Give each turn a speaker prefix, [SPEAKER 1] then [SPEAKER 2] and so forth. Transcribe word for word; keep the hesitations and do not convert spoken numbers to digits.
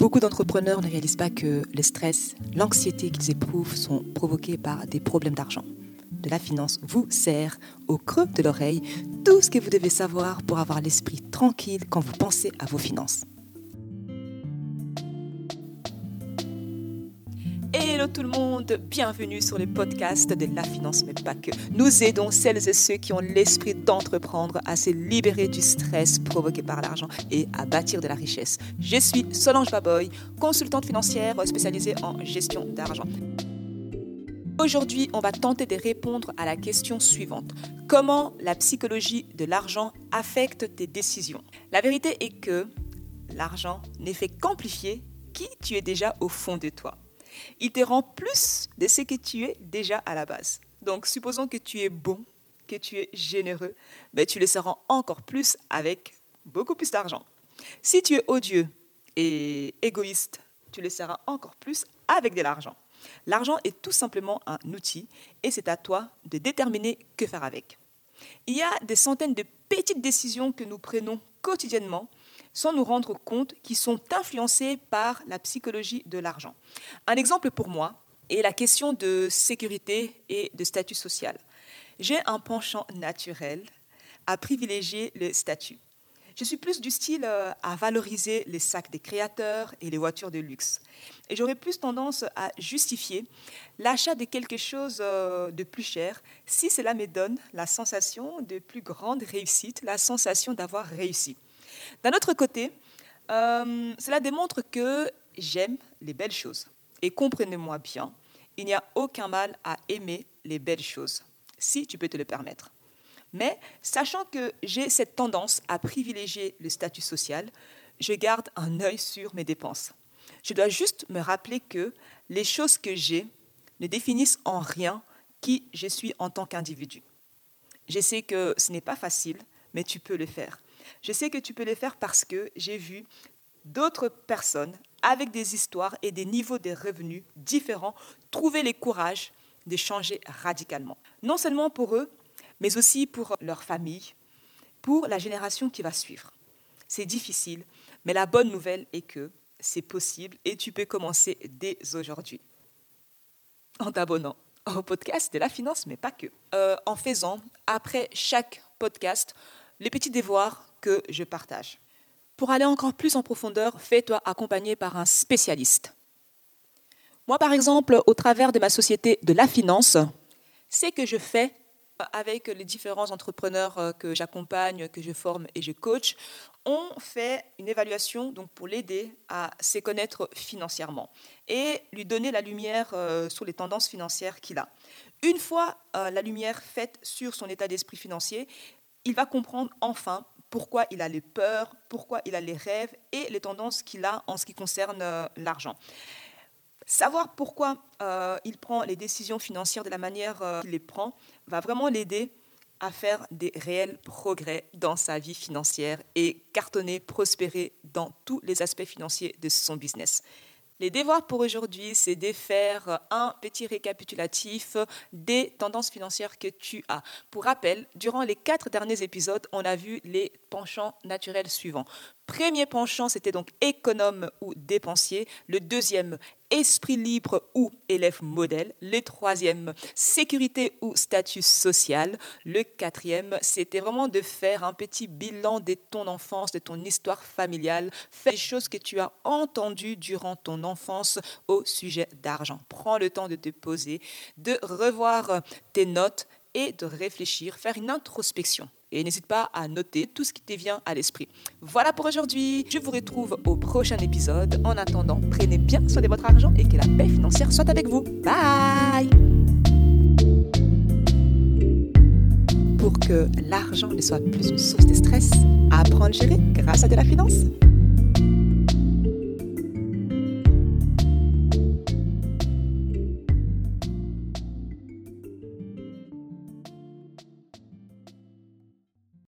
[SPEAKER 1] Beaucoup d'entrepreneurs ne réalisent pas que le stress, l'anxiété qu'ils éprouvent sont provoqués par des problèmes d'argent. De la finance vous sert au creux de l'oreille tout ce que vous devez savoir pour avoir l'esprit tranquille quand vous pensez à vos finances. Hello tout le monde, bienvenue sur le podcast de La Finance, mais pas que. Nous aidons celles et ceux qui ont l'esprit d'entreprendre à se libérer du stress provoqué par l'argent et à bâtir de la richesse. Je suis Solange Baboy, consultante financière spécialisée en gestion d'argent. Aujourd'hui, on va tenter de répondre à la question suivante. Comment la psychologie de l'argent affecte tes décisions? La vérité est que l'argent n'est fait qu'amplifier qui tu es déjà au fond de toi. Il te rend plus de ce que tu es déjà à la base. Donc, supposons que tu es bon, que tu es généreux, ben, tu le seras encore plus avec beaucoup plus d'argent. Si tu es odieux et égoïste, tu le seras encore plus avec de l'argent. L'argent est tout simplement un outil et c'est à toi de déterminer que faire avec. Il y a des centaines de petites décisions que nous prenons quotidiennement sans nous rendre compte qui sont influencées par la psychologie de l'argent. Un exemple pour moi est la question de sécurité et de statut social. J'ai un penchant naturel à privilégier le statut. Je suis plus du style à valoriser les sacs des créateurs et les voitures de luxe. Et j'aurais plus tendance à justifier l'achat de quelque chose de plus cher si cela me donne la sensation de plus grande réussite, la sensation d'avoir réussi. D'un autre côté, euh, cela démontre que j'aime les belles choses. Et comprenez-moi bien, il n'y a aucun mal à aimer les belles choses, si tu peux te le permettre. Mais sachant que j'ai cette tendance à privilégier le statut social, je garde un œil sur mes dépenses. Je dois juste me rappeler que les choses que j'ai ne définissent en rien qui je suis en tant qu'individu. Je sais que ce n'est pas facile, mais tu peux le faire. Je sais que tu peux le faire parce que j'ai vu d'autres personnes avec des histoires et des niveaux de revenus différents trouver le courage de changer radicalement. Non seulement pour eux, mais aussi pour leur famille, pour la génération qui va suivre. C'est difficile, mais la bonne nouvelle est que c'est possible et tu peux commencer dès aujourd'hui. En t'abonnant au podcast de La Finance, mais pas que. Euh, en faisant, après chaque podcast, les petits devoirs que je partage. Pour aller encore plus en profondeur, fais-toi accompagner par un spécialiste. Moi, par exemple, au travers de ma société de la finance, c'est que je fais avec les différents entrepreneurs que j'accompagne, que je forme et je coach, on fait une évaluation donc pour l'aider à se connaître financièrement et lui donner la lumière euh, sur les tendances financières qu'il a. Une fois euh, la lumière faite sur son état d'esprit financier, il va comprendre enfin pourquoi il a les peurs, pourquoi il a les rêves et les tendances qu'il a en ce qui concerne euh, l'argent. Savoir pourquoi euh, il prend les décisions financières de la manière euh, qu'il les prend va vraiment l'aider à faire des réels progrès dans sa vie financière et cartonner, prospérer dans tous les aspects financiers de son business. Les devoirs pour aujourd'hui, c'est de faire un petit récapitulatif des tendances financières que tu as. Pour rappel, durant les quatre derniers épisodes, on a vu les penchants naturels suivants. Premier penchant, c'était donc économe ou dépensier. Le deuxième, esprit libre ou élève modèle. Le troisième, sécurité ou statut social. Le quatrième, c'était vraiment de faire un petit bilan de ton enfance, de ton histoire familiale. Fais les choses que tu as entendues durant ton enfance au sujet d'argent. Prends le temps de te poser, de revoir tes notes et de réfléchir, faire une introspection. Et n'hésite pas à noter tout ce qui te vient à l'esprit. Voilà pour aujourd'hui. Je vous retrouve au prochain épisode. En attendant, prenez bien soin de votre argent et que la paix financière soit avec vous. Bye! Pour que l'argent ne soit plus une source de stress, apprends à le gérer grâce à de la finance.